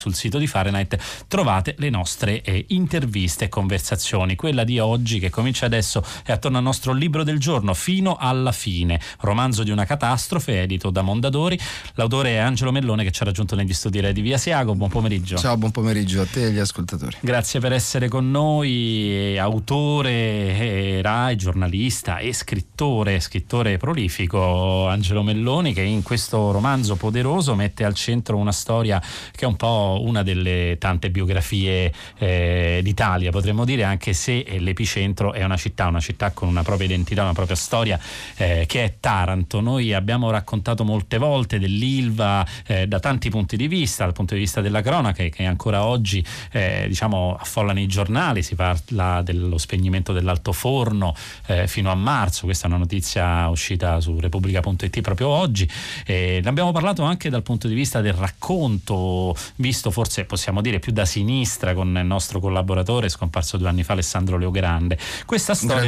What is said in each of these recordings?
sul sito di Fahrenheit trovate le nostre interviste e conversazioni. Quella di oggi, che comincia adesso, è attorno al nostro libro del giorno, Fino alla fine, romanzo di una catastrofe, edito da Mondadori. L'autore è Angelo Mellone, che ci ha raggiunto negli studi di Via Asiago. Buon pomeriggio. Ciao, buon pomeriggio a te e agli ascoltatori. Grazie per essere con noi. Autore, Rai, giornalista e scrittore prolifico, Angelo Melloni, che in questo romanzo poderoso mette al centro una storia che è un po' una delle tante biografie d'Italia, potremmo dire, anche se l'epicentro è una città con una propria identità, una propria storia, che è Taranto. Noi abbiamo raccontato molte volte dell'Ilva da tanti punti di vista, dal punto di vista della cronaca, che ancora oggi affollano i giornali. Si parla dello spegnimento dell'altoforno fino a marzo. Questa è una notizia uscita su Repubblica.it proprio oggi. Ne abbiamo parlato anche dal punto di vista del racconto, visto forse possiamo dire più da sinistra, con il nostro collaboratore scomparso 2 anni fa, Alessandro Leogrande. Questa storia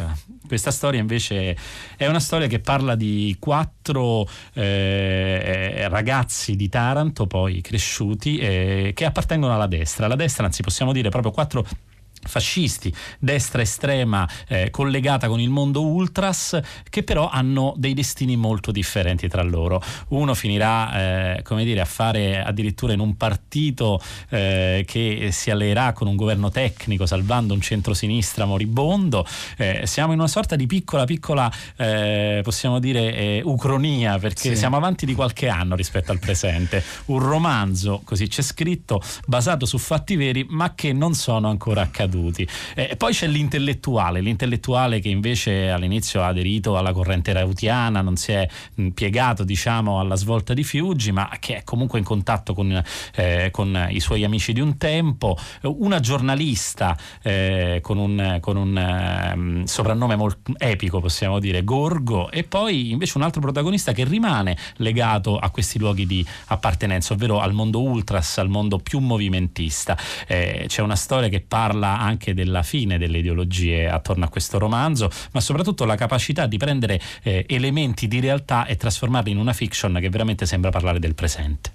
invece è una storia che parla di 4 ragazzi di Taranto, poi cresciuti, che appartengono alla destra, anzi possiamo dire proprio 4 fascisti, destra estrema, collegata con il mondo ultras, che però hanno dei destini molto differenti tra loro. Uno finirà a fare addirittura in un partito che si alleerà con un governo tecnico, salvando un centrosinistra moribondo. Siamo in una sorta di piccola possiamo dire ucronia, perché siamo avanti di qualche anno rispetto al presente. Un romanzo, così c'è scritto, basato su fatti veri, ma che non sono ancora accaduti. Poi c'è l'intellettuale che invece all'inizio ha aderito alla corrente rautiana, non si è piegato alla svolta di Fiuggi, ma che è comunque in contatto con i suoi amici di un tempo. Una giornalista con un soprannome molto epico, possiamo dire, Gorgo. E poi invece un altro protagonista che rimane legato a questi luoghi di appartenenza, ovvero al mondo ultras, al mondo più movimentista. C'è una storia che parla anche della fine delle ideologie attorno a questo romanzo, ma soprattutto la capacità di prendere elementi di realtà e trasformarli in una fiction che veramente sembra parlare del presente.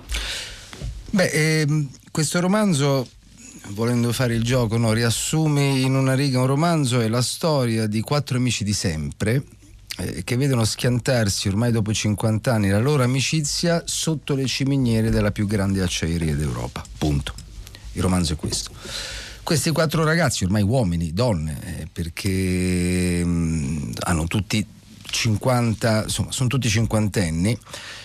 Questo romanzo, volendo fare il gioco, riassume in una riga un romanzo, è la storia di 4 amici di sempre che vedono schiantarsi ormai dopo 50 anni la loro amicizia sotto le ciminiere della più grande acciaieria d'Europa. Punto. Il romanzo è questo. Questi 4 ragazzi, ormai uomini, donne, perché hanno tutti 50, insomma, sono tutti cinquantenni,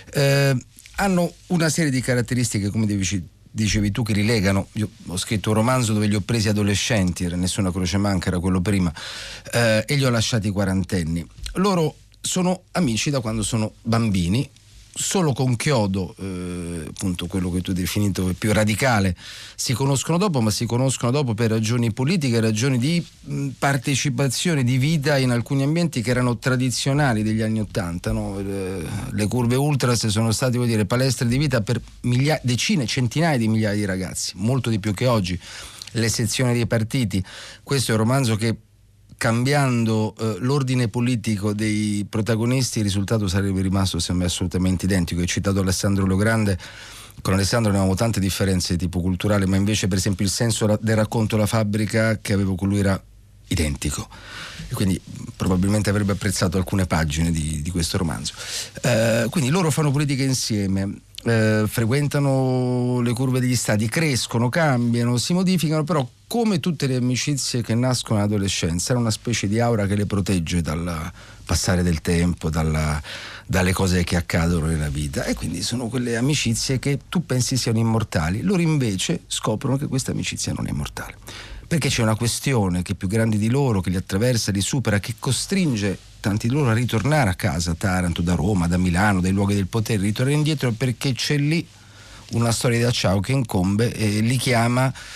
hanno una serie di caratteristiche, come dicevi tu, che li legano. Io ho scritto un romanzo dove li ho presi adolescenti, era Nessuna croce manca, era quello prima, e li ho lasciati quarantenni. Loro sono amici da quando sono bambini. Solo con Chiodo, appunto quello che tu hai definito più radicale, si conoscono dopo, ma si conoscono dopo per ragioni politiche, ragioni di partecipazione, di vita in alcuni ambienti che erano tradizionali degli anni '80. Le curve ultras sono state, palestre di vita per decine, centinaia di migliaia di ragazzi, molto di più che oggi. Le sezioni dei partiti. Questo è un romanzo che, cambiando l'ordine politico dei protagonisti, il risultato sarebbe rimasto, sembra, assolutamente identico. Hai citato Alessandro Leogrande. Con Alessandro ne avevamo tante differenze di tipo culturale, ma invece per esempio il senso del racconto La fabbrica che avevo con lui era identico, e quindi probabilmente avrebbe apprezzato alcune pagine di questo romanzo. Quindi loro fanno politica insieme, frequentano le curve degli stati, crescono, cambiano, si modificano, però come tutte le amicizie che nascono all'adolescenza era una specie di aura che le protegge dal passare del tempo, dalle cose che accadono nella vita, e quindi sono quelle amicizie che tu pensi siano immortali. Loro invece scoprono che questa amicizia non è immortale, perché c'è una questione che è più grande di loro, che li attraversa, li supera, che costringe tanti di loro a ritornare a casa, a Taranto, da Roma, da Milano, dai luoghi del potere, ritornare indietro, perché c'è lì una storia di Acciao che incombe e li chiama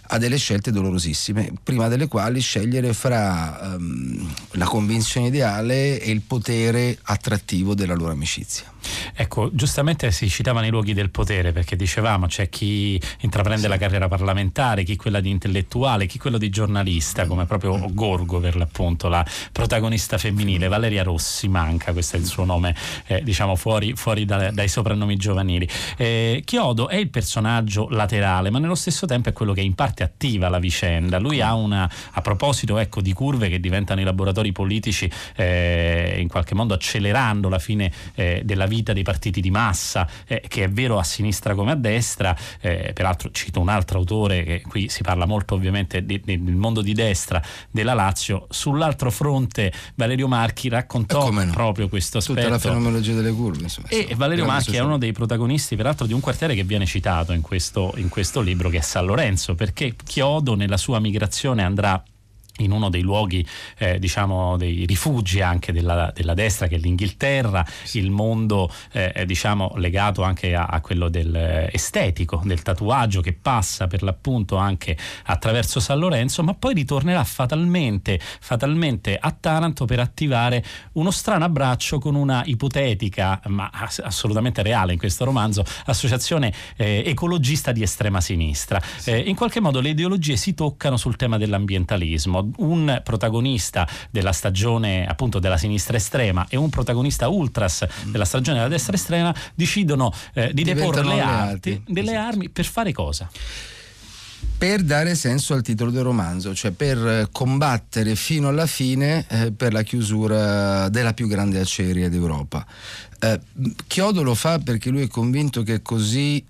ha delle scelte dolorosissime, prima delle quali scegliere fra la convinzione ideale e il potere attrattivo della loro amicizia. Ecco, giustamente si citavano i luoghi del potere, perché dicevamo c'è chi intraprende la carriera parlamentare, chi quella di intellettuale, chi quello di giornalista, come proprio Gorgo per l'appunto, la protagonista femminile. Valeria Rossi manca, questo è il suo nome, diciamo fuori dai soprannomi giovanili. Chiodo è il personaggio laterale, ma nello stesso tempo è quello che in parte attiva la vicenda. Lui ha a proposito, ecco, di curve che diventano i laboratori politici, in qualche modo accelerando la fine della vita dei partiti di massa, che è vero a sinistra come a destra. Peraltro cito un altro autore, che qui si parla molto ovviamente del mondo di destra della Lazio. Sull'altro fronte Valerio Marchi raccontò proprio questo aspetto, tutta la fenomenologia delle curve, insomma, e Valerio Marchi è uno dei protagonisti peraltro di un quartiere che viene citato in questo libro, che è San Lorenzo, perché Chiodo nella sua migrazione andrà in uno dei luoghi, diciamo, dei rifugi anche della destra, che è l'Inghilterra, il mondo diciamo legato anche a quello del estetico, del tatuaggio, che passa per l'appunto anche attraverso San Lorenzo, ma poi ritornerà fatalmente a Taranto per attivare uno strano abbraccio con una ipotetica, ma assolutamente reale in questo romanzo, associazione ecologista di estrema sinistra. In qualche modo le ideologie si toccano sul tema dell'ambientalismo. Un protagonista della stagione appunto della sinistra estrema e un protagonista ultras della stagione della destra estrema decidono di deporre delle armi per fare cosa? Per dare senso al titolo del romanzo, cioè per combattere fino alla fine per la chiusura della più grande acciaieria d'Europa. Chiodo lo fa perché lui è convinto che così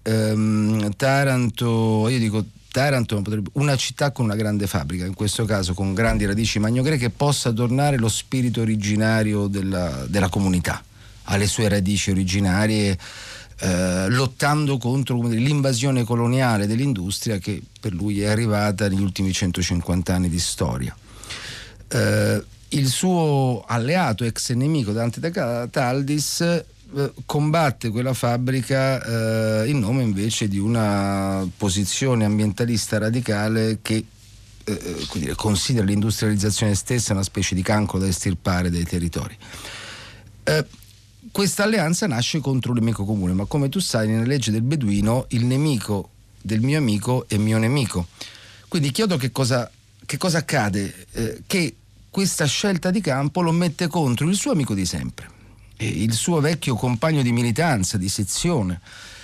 Taranto, una città con una grande fabbrica, in questo caso con grandi radici magno-greche, possa tornare lo spirito originario della comunità, alle sue radici originarie, lottando contro l'invasione coloniale dell'industria che per lui è arrivata negli ultimi 150 anni di storia. Il suo alleato, ex nemico Dante da Taldis, combatte quella fabbrica in nome invece di una posizione ambientalista radicale che considera l'industrializzazione stessa una specie di cancro da estirpare dai territori. Questa alleanza nasce contro un nemico comune, ma come tu sai, nella legge del Beduino il nemico del mio amico è mio nemico. Quindi chiedo che cosa accade? Che questa scelta di campo lo mette contro il suo amico di sempre, il suo vecchio compagno di militanza, di sezione,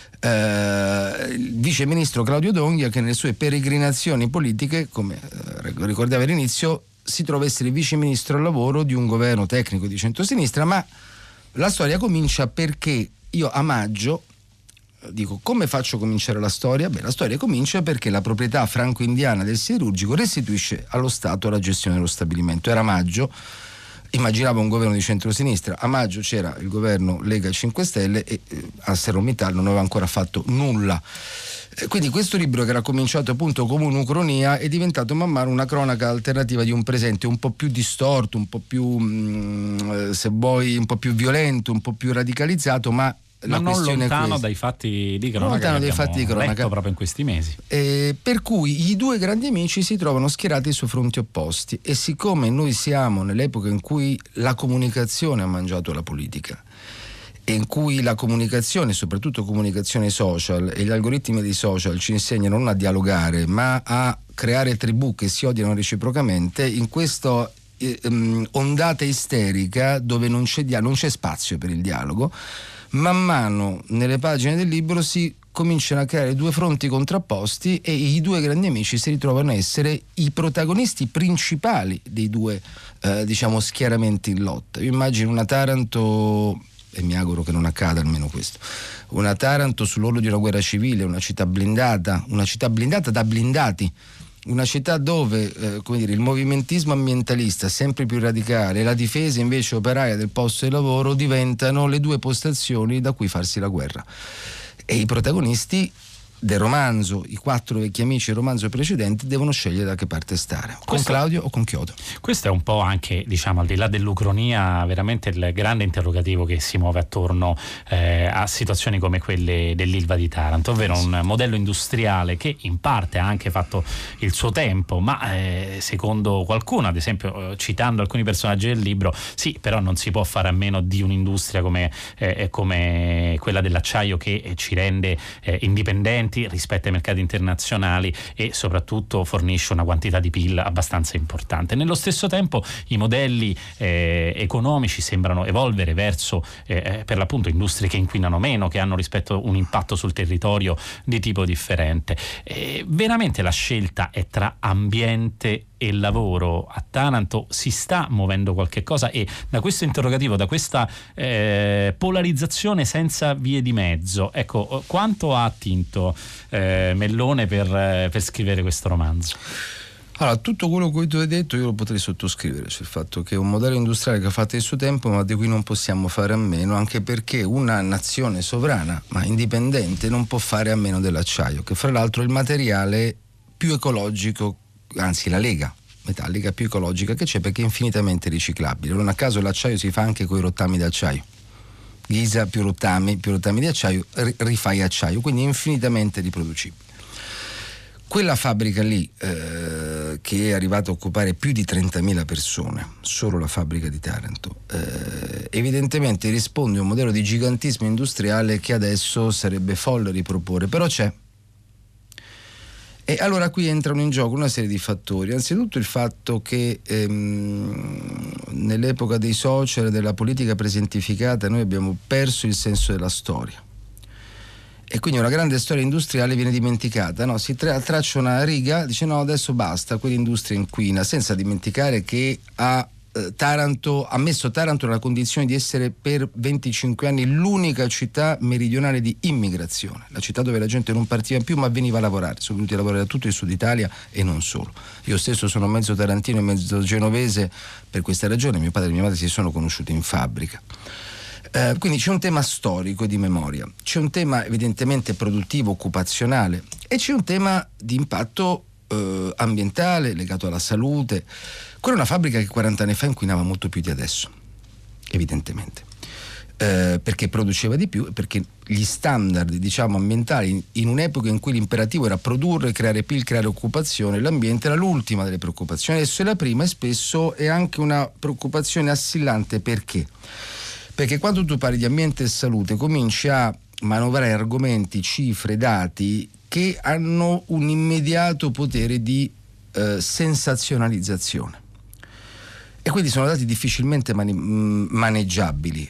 il vice ministro Claudio D'Onghia, che nelle sue peregrinazioni politiche, come ricordava all'inizio, si trova a essere vice ministro al lavoro di un governo tecnico di centrosinistra. Ma la storia comincia perché io a maggio dico: come faccio a cominciare la storia? La storia comincia perché la proprietà franco-indiana del siderurgico restituisce allo Stato la gestione dello stabilimento. Era maggio, immaginavo un governo di centrosinistra. A maggio c'era il governo Lega 5 Stelle e ArcelorMittal non aveva ancora fatto nulla. Quindi questo libro, che era cominciato appunto come un'ucronia, è diventato man mano una cronaca alternativa di un presente un po' più distorto, un po' più, se vuoi, un po' più violento, un po' più radicalizzato, ma la non questione lontano dai fatti di cronaca, lontano dai fatti di cronaca, letto proprio in questi mesi. Per cui i due grandi amici si trovano schierati su fronti opposti, e siccome noi siamo nell'epoca in cui la comunicazione ha mangiato la politica, e in cui la comunicazione, soprattutto comunicazione social, e gli algoritmi dei social ci insegnano non a dialogare ma a creare tribù che si odiano reciprocamente, in questa ondata isterica dove non c'è spazio per il dialogo, man mano nelle pagine del libro si cominciano a creare due fronti contrapposti, e i due grandi amici si ritrovano a essere i protagonisti principali dei due schieramenti in lotta. Io immagino una Taranto, e mi auguro che non accada almeno questo, una Taranto sull'orlo di una guerra civile, una città blindata da blindati, una città dove il movimentismo ambientalista sempre più radicale e la difesa invece operaia del posto di lavoro diventano le due postazioni da cui farsi la guerra, e i protagonisti del romanzo, i 4 vecchi amici del romanzo precedente devono scegliere da che parte stare, con Claudio o con Chiodo. Questo è un po' anche, diciamo, al di là dell'ucronia, veramente il grande interrogativo che si muove attorno a situazioni come quelle dell'Ilva di Taranto, ovvero un modello industriale che in parte ha anche fatto il suo tempo, ma secondo qualcuno, ad esempio citando alcuni personaggi del libro, sì, però non si può fare a meno di un'industria come quella dell'acciaio, che ci rende indipendenti rispetto ai mercati internazionali e soprattutto fornisce una quantità di PIL abbastanza importante. Nello stesso tempo i modelli economici sembrano evolvere verso per l'appunto industrie che inquinano meno, che hanno rispetto un impatto sul territorio di tipo differente. Veramente la scelta è tra ambiente e lavoro. A Taranto si sta muovendo qualche cosa, e da questo interrogativo, da questa polarizzazione senza vie di mezzo, ecco, quanto ha attinto Mellone per scrivere questo romanzo? Allora, tutto quello che tu hai detto io lo potrei sottoscrivere, cioè il fatto che è un modello industriale che ha fatto il suo tempo, ma di cui non possiamo fare a meno, anche perché una nazione sovrana ma indipendente non può fare a meno dell'acciaio, che fra l'altro è il materiale più ecologico, anzi la lega metallica più ecologica che c'è, perché è infinitamente riciclabile. Non a caso l'acciaio si fa anche con i rottami d'acciaio. Ghisa più rottami di acciaio, rifai acciaio, quindi è infinitamente riproducibile. Quella fabbrica lì, che è arrivata a occupare più di 30.000 persone, solo la fabbrica di Taranto, evidentemente risponde a un modello di gigantismo industriale che adesso sarebbe folle riproporre, però c'è. E allora qui entrano in gioco una serie di fattori. Anzitutto il fatto che nell'epoca dei social e della politica presentificata noi abbiamo perso il senso della storia. E quindi una grande storia industriale viene dimenticata, no? Si traccia una riga, dice no, adesso basta, quell'industria inquina, senza dimenticare che ha messo Taranto nella condizione di essere per 25 anni l'unica città meridionale di immigrazione, la città dove la gente non partiva più ma veniva a lavorare, sono venuti a lavorare da tutto il sud Italia e non solo. Io stesso sono mezzo tarantino e mezzo genovese per questa ragione, mio padre e mia madre si sono conosciuti in fabbrica. Quindi c'è un tema storico di memoria, c'è un tema evidentemente produttivo, occupazionale, e c'è un tema di impatto ambientale legato alla salute. Quella è una fabbrica che 40 anni fa inquinava molto più di adesso, evidentemente, perché produceva di più e perché gli standard, diciamo, ambientali in un'epoca in cui l'imperativo era produrre, creare PIL, creare occupazione, l'ambiente era l'ultima delle preoccupazioni, adesso è la prima e spesso è anche una preoccupazione assillante. Perché? Perché quando tu parli di ambiente e salute cominci a manovrare argomenti, cifre, dati che hanno un immediato potere di sensazionalizzazione, e quindi sono dati difficilmente maneggiabili,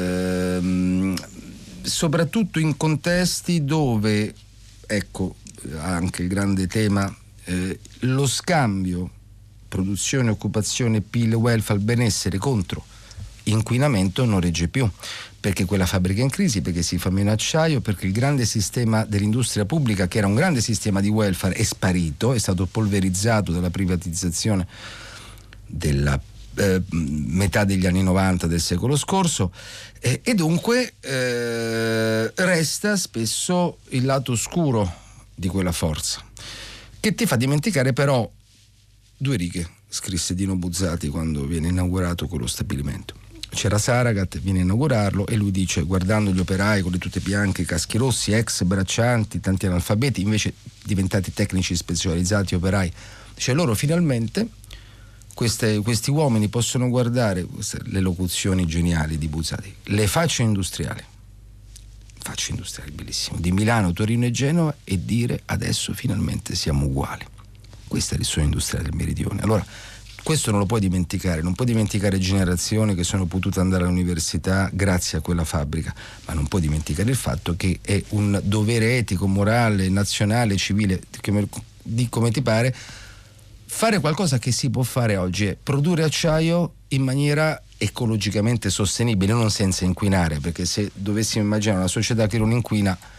soprattutto in contesti dove, ecco, anche il grande tema, lo scambio produzione, occupazione, PIL, welfare, benessere contro inquinamento non regge più, perché quella fabbrica è in crisi, perché si fa meno acciaio, perché il grande sistema dell'industria pubblica, che era un grande sistema di welfare, è sparito, è stato polverizzato dalla privatizzazione della metà degli anni 90 del secolo scorso, e dunque resta spesso il lato oscuro di quella forza, che ti fa dimenticare però due righe, scrisse Dino Buzzati quando viene inaugurato quello stabilimento. C'era Saragat, viene a inaugurarlo e lui dice, guardando gli operai con le tute bianche, i caschi rossi, ex braccianti, tanti analfabeti, invece diventati tecnici specializzati, operai, dice, loro finalmente questi uomini possono guardare, le locuzioni geniali di Buzzati, le facce industriali bellissimo, di Milano, Torino e Genova, e dire adesso finalmente siamo uguali. Questa è il suo industriale del meridione. Allora questo non lo puoi dimenticare, non puoi dimenticare generazioni che sono potute andare all'università grazie a quella fabbrica, ma non puoi dimenticare il fatto che è un dovere etico, morale, nazionale, civile, come ti pare, fare qualcosa che si può fare oggi, è produrre acciaio in maniera ecologicamente sostenibile, non senza inquinare, perché se dovessimo immaginare una società che non inquina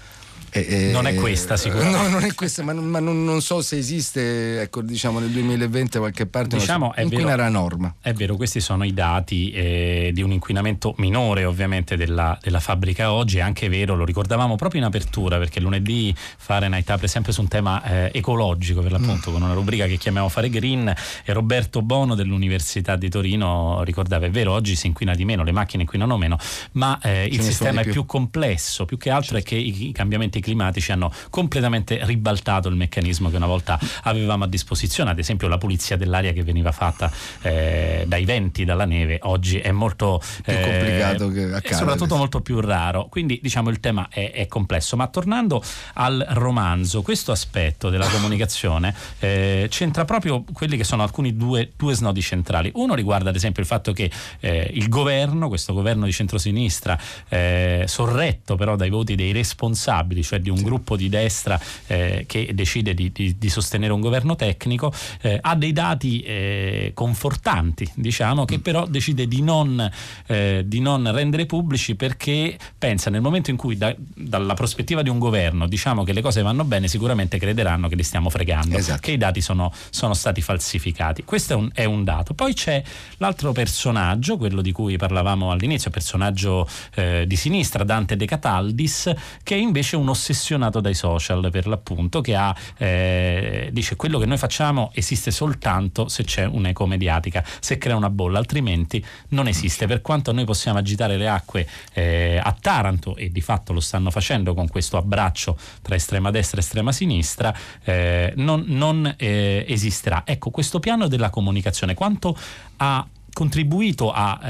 Non è questa sicuramente. No, non è questa, ma non so se esiste, ecco, diciamo nel 2020 qualche parte, diciamo, inquinare a norma. È vero, questi sono i dati di un inquinamento minore ovviamente della fabbrica oggi. È anche vero, lo ricordavamo proprio in apertura, perché lunedì Fahrenheit apre sempre su un tema ecologico, per l'appunto, con una rubrica che chiamiamo Fare Green, e Roberto Bono dell'Università di Torino ricordava: è vero, oggi si inquina di meno, le macchine inquinano meno, ma il sistema è più complesso, più che altro è che i cambiamenti climatici hanno completamente ribaltato il meccanismo che una volta avevamo a disposizione. Ad esempio la pulizia dell'aria che veniva fatta dai venti, dalla neve, oggi è molto più complicato che accade, e soprattutto molto più raro. Quindi diciamo il tema è complesso. Ma tornando al romanzo, questo aspetto della comunicazione c'entra proprio quelli che sono alcuni due snodi centrali. Uno riguarda ad esempio il fatto che il governo, questo governo di centrosinistra, sorretto però dai voti dei responsabili, cioè di un gruppo di destra che decide di sostenere un governo tecnico, ha dei dati confortanti, diciamo, che però decide di non rendere pubblici, perché pensa, nel momento in cui dalla prospettiva di un governo diciamo che le cose vanno bene, sicuramente crederanno che li stiamo fregando, esatto, che i dati sono stati falsificati. Questo è un dato. Poi c'è l'altro personaggio, quello di cui parlavamo all'inizio, personaggio di sinistra, Dante De Cataldis, che è invece un ossessionato dai social, per l'appunto, che dice: quello che noi facciamo esiste soltanto se c'è un'eco mediatica, se crea una bolla, altrimenti non esiste. Per quanto noi possiamo agitare le acque a Taranto, e di fatto lo stanno facendo con questo abbraccio tra estrema destra e estrema sinistra, non esisterà. Ecco, questo piano della comunicazione quanto ha contribuito a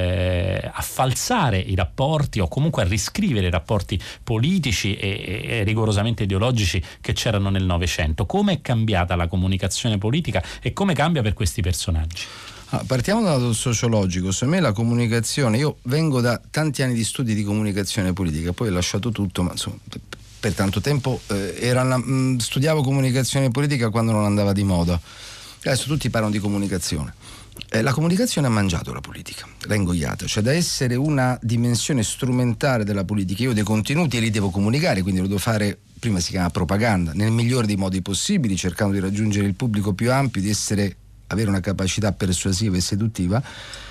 falsare i rapporti, o comunque a riscrivere i rapporti politici e rigorosamente ideologici che c'erano nel Novecento? Come è cambiata la comunicazione politica e come cambia per questi personaggi? Partiamo dal lato sociologico. Secondo me la comunicazione, io vengo da tanti anni di studi di comunicazione politica, poi ho lasciato tutto, ma insomma per tanto tempo studiavo comunicazione politica quando non andava di moda. Adesso tutti parlano di comunicazione. La comunicazione ha mangiato la politica, l'ha ingoiata, cioè da essere una dimensione strumentale della politica. Io dei contenuti li devo comunicare, quindi lo devo fare, prima si chiama propaganda, nel migliore dei modi possibili, cercando di raggiungere il pubblico più ampio, di avere una capacità persuasiva e seduttiva.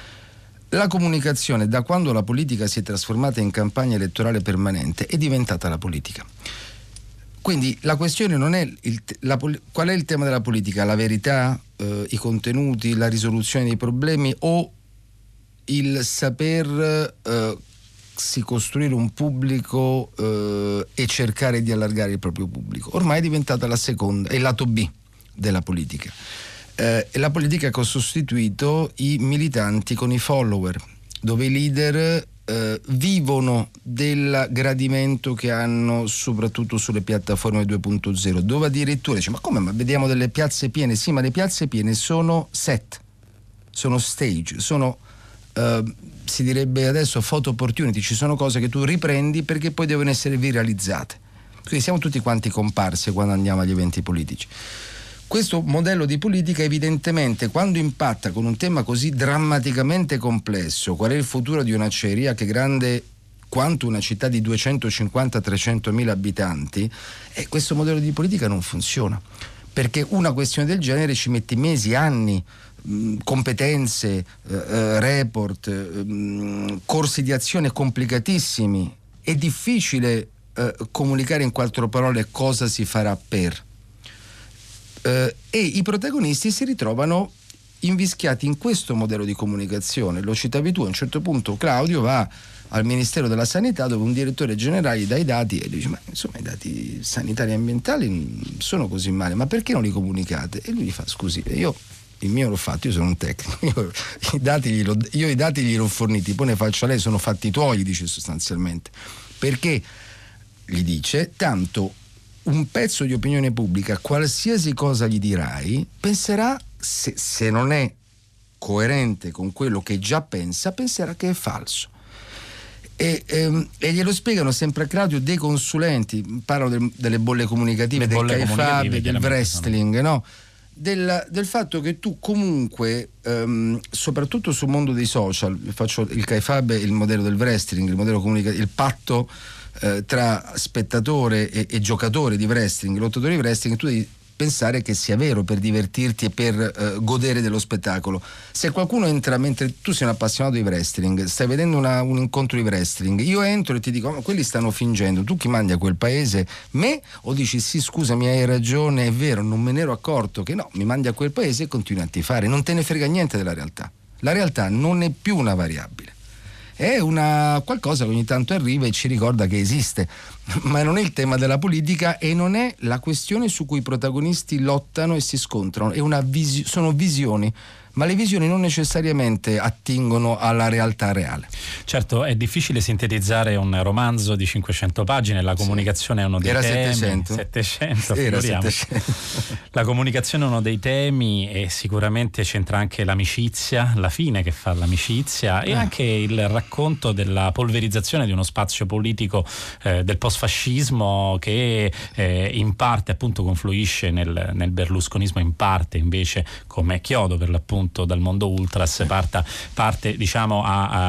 La comunicazione, da quando la politica si è trasformata in campagna elettorale permanente, è diventata la politica. Quindi la questione non è qual è il tema della politica, la verità, i contenuti, la risoluzione dei problemi, o il saper si costruire un pubblico e cercare di allargare il proprio pubblico. Ormai è diventata la seconda, è il lato B della politica. E la politica che ha sostituito i militanti con i follower, dove i leader vivono del gradimento che hanno soprattutto sulle piattaforme 2.0, dove addirittura dice: ma come, ma vediamo delle piazze piene? Sì, ma le piazze piene sono set, sono stage, sono si direbbe adesso photo opportunity, ci sono cose che tu riprendi perché poi devono essere viralizzate. Quindi siamo tutti quanti comparsi quando andiamo agli eventi politici. Questo modello di politica evidentemente, quando impatta con un tema così drammaticamente complesso, qual è il futuro di un'acciaieria che è grande quanto una città di 250-300 mila abitanti, questo modello di politica non funziona, perché una questione del genere ci metti mesi, anni, competenze, report, corsi di azione complicatissimi. È difficile comunicare in quattro parole cosa si farà per. E i protagonisti si ritrovano invischiati in questo modello di comunicazione. Lo citavi tu, a un certo punto Claudio va al Ministero della Sanità, dove un direttore generale gli dà i dati e dice: ma insomma i dati sanitari e ambientali non sono così male, ma perché non li comunicate? E lui gli fa: scusi, io il mio l'ho fatto, io sono un tecnico, io i dati gliel'ho forniti, poi ne faccio a lei, sono fatti tuoi, dice sostanzialmente, perché gli dice: tanto un pezzo di opinione pubblica, qualsiasi cosa gli dirai, penserà, se non è coerente con quello che già penserà che è falso. E glielo spiegano sempre a Claudio dei consulenti, parlo delle bolle comunicative, del CAIFAB, del wrestling, no? Del fatto che tu comunque, soprattutto sul mondo dei social, faccio il CAIFAB, il modello del wrestling, il modello comunicativo, il patto tra spettatore e giocatore di wrestling, lottatore di wrestling, tu devi pensare che sia vero per divertirti e per godere dello spettacolo. Se qualcuno entra mentre tu sei un appassionato di wrestling, stai vedendo un incontro di wrestling, io entro e ti dico ma quelli stanno fingendo, tu chi mandi a quel paese? Me? O dici sì scusami hai ragione, è vero, non me ne ero accorto, che no, mi mandi a quel paese e continui a tifare, non te ne frega niente della realtà. La realtà non è più una variabile, è qualcosa che ogni tanto arriva e ci ricorda che esiste, ma non è il tema della politica e non è la questione su cui i protagonisti lottano e si scontrano, sono visioni, ma le visioni non necessariamente attingono alla realtà reale. Certo, è difficile sintetizzare un romanzo di 500 pagine, la comunicazione è uno dei temi. 700, era 700. La comunicazione è uno dei temi e sicuramente c'entra anche l'amicizia, la fine che fa l'amicizia e anche il racconto della polverizzazione di uno spazio politico del postfascismo che in parte appunto confluisce nel berlusconismo, in parte invece come chiodo per l'appunto dal mondo ultras parte diciamo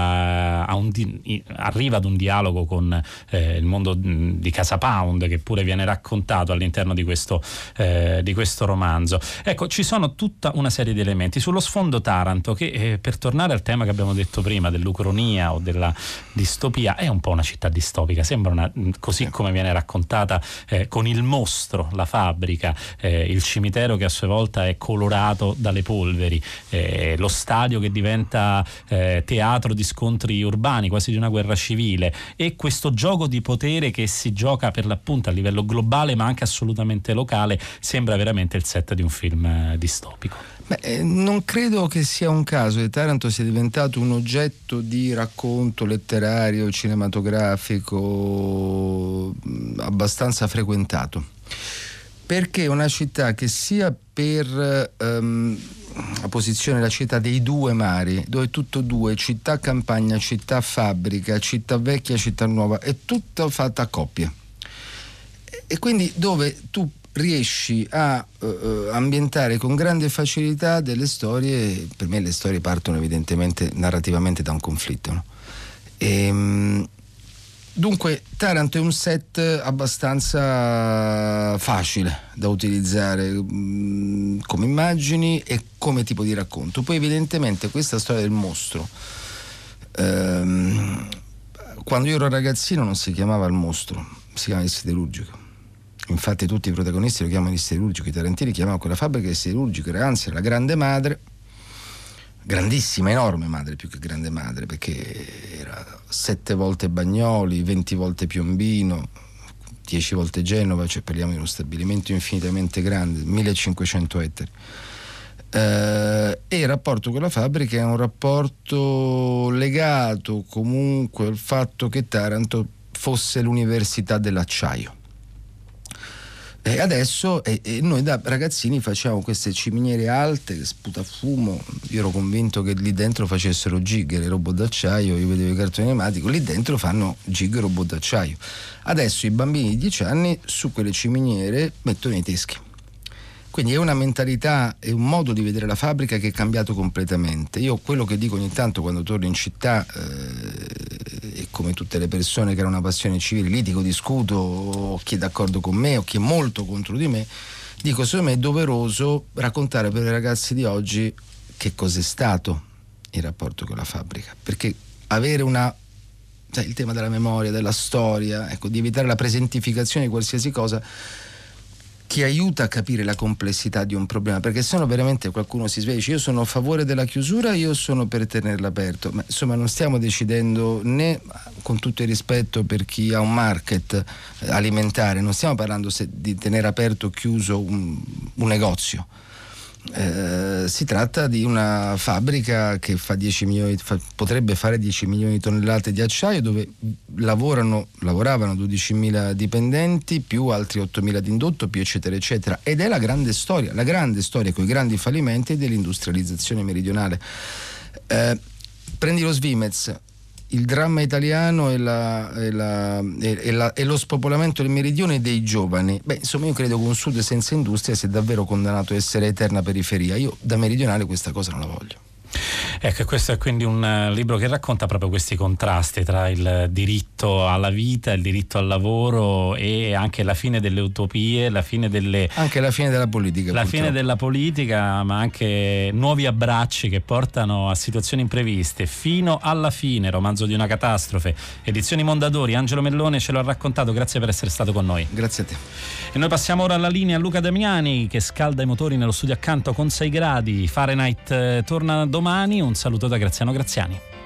arriva ad un dialogo con il mondo di Casa Pound, che pure viene raccontato all'interno di questo romanzo. Ecco, ci sono tutta una serie di elementi sullo sfondo Taranto che per tornare al tema che abbiamo detto prima dell'ucronia o della distopia, è un po' una città distopica, sembra così come viene raccontata, con il mostro, la fabbrica, il cimitero che a sua volta è colorato dalle polveri, lo stadio che diventa teatro di scontri urbani, quasi di una guerra civile, e questo gioco di potere che si gioca per l'appunto a livello globale ma anche assolutamente locale, sembra veramente il set di un film distopico. Non credo che sia un caso che Taranto sia diventato un oggetto di racconto letterario, cinematografico abbastanza frequentato, perché è una città che sia per la posizione, la città dei due mari, dove è tutto due, città campagna, città fabbrica, città vecchia, città nuova, è tutta fatta a coppie, e quindi dove tu riesci a ambientare con grande facilità delle storie. Per me le storie partono evidentemente narrativamente da un conflitto, no? Dunque Taranto è un set abbastanza facile da utilizzare come immagini e come tipo di racconto. Poi evidentemente questa storia del mostro, quando io ero ragazzino non si chiamava il mostro, si chiamava il siderurgico. Infatti tutti i protagonisti lo chiamano il siderurgico, i tarantini chiamavano quella fabbrica il siderurgico, anzi era la grande madre, grandissima, enorme madre, più che grande madre, perché era 7 volte Bagnoli, 20 volte Piombino, 10 volte Genova, cioè parliamo di uno stabilimento infinitamente grande, 1500 ettari. E il rapporto con la fabbrica è un rapporto legato comunque al fatto che Taranto fosse l'università dell'acciaio. E adesso noi da ragazzini facciamo queste ciminiere alte che sputa fumo. Io ero convinto che lì dentro facessero gig e robot d'acciaio, io vedevo i cartoni animati, lì dentro fanno gig e robot d'acciaio. Adesso i bambini di 10 anni su quelle ciminiere mettono i teschi. Quindi è una mentalità, è un modo di vedere la fabbrica che è cambiato completamente. Io quello che dico ogni tanto quando torno in città, e come tutte le persone che hanno una passione civile, litigo, discuto, o chi è d'accordo con me o chi è molto contro di me, dico secondo me è doveroso raccontare per i ragazzi di oggi che cos'è stato il rapporto con la fabbrica, perché avere il tema della memoria, della storia, ecco, di evitare la presentificazione di qualsiasi cosa che aiuta a capire la complessità di un problema, perché sennò veramente qualcuno si sveglia e dice io sono a favore della chiusura, io sono per tenerlo aperto, ma insomma non stiamo decidendo, né con tutto il rispetto per chi ha un market alimentare, non stiamo parlando di tenere aperto o chiuso un negozio. Si tratta di una fabbrica che fa 10 milioni, potrebbe fare 10 milioni di tonnellate di acciaio, dove lavoravano 12.000 dipendenti più altri 8.000 di indotto più eccetera eccetera, ed è la grande storia con i grandi fallimenti dell'industrializzazione meridionale. Prendi lo Svimez, il dramma italiano e lo spopolamento del meridione e dei giovani. Insomma, io credo che un sud senza industria sia davvero condannato a essere eterna periferia. Io da meridionale questa cosa non la voglio. Ecco, questo è quindi un libro che racconta proprio questi contrasti tra il diritto alla vita, il diritto al lavoro e anche la fine delle utopie, la fine delle... Anche la fine della politica. La purtroppo. fine della politica, ma anche nuovi abbracci che portano a situazioni impreviste. Fino alla fine, romanzo di una catastrofe. Edizioni Mondadori, Angelo Mellone ce lo ha raccontato, grazie per essere stato con noi. Grazie a te. E noi passiamo ora alla linea a Luca Damiani che scalda i motori nello studio accanto con 6 gradi. Fahrenheit torna domani. Un saluto da Graziano Graziani.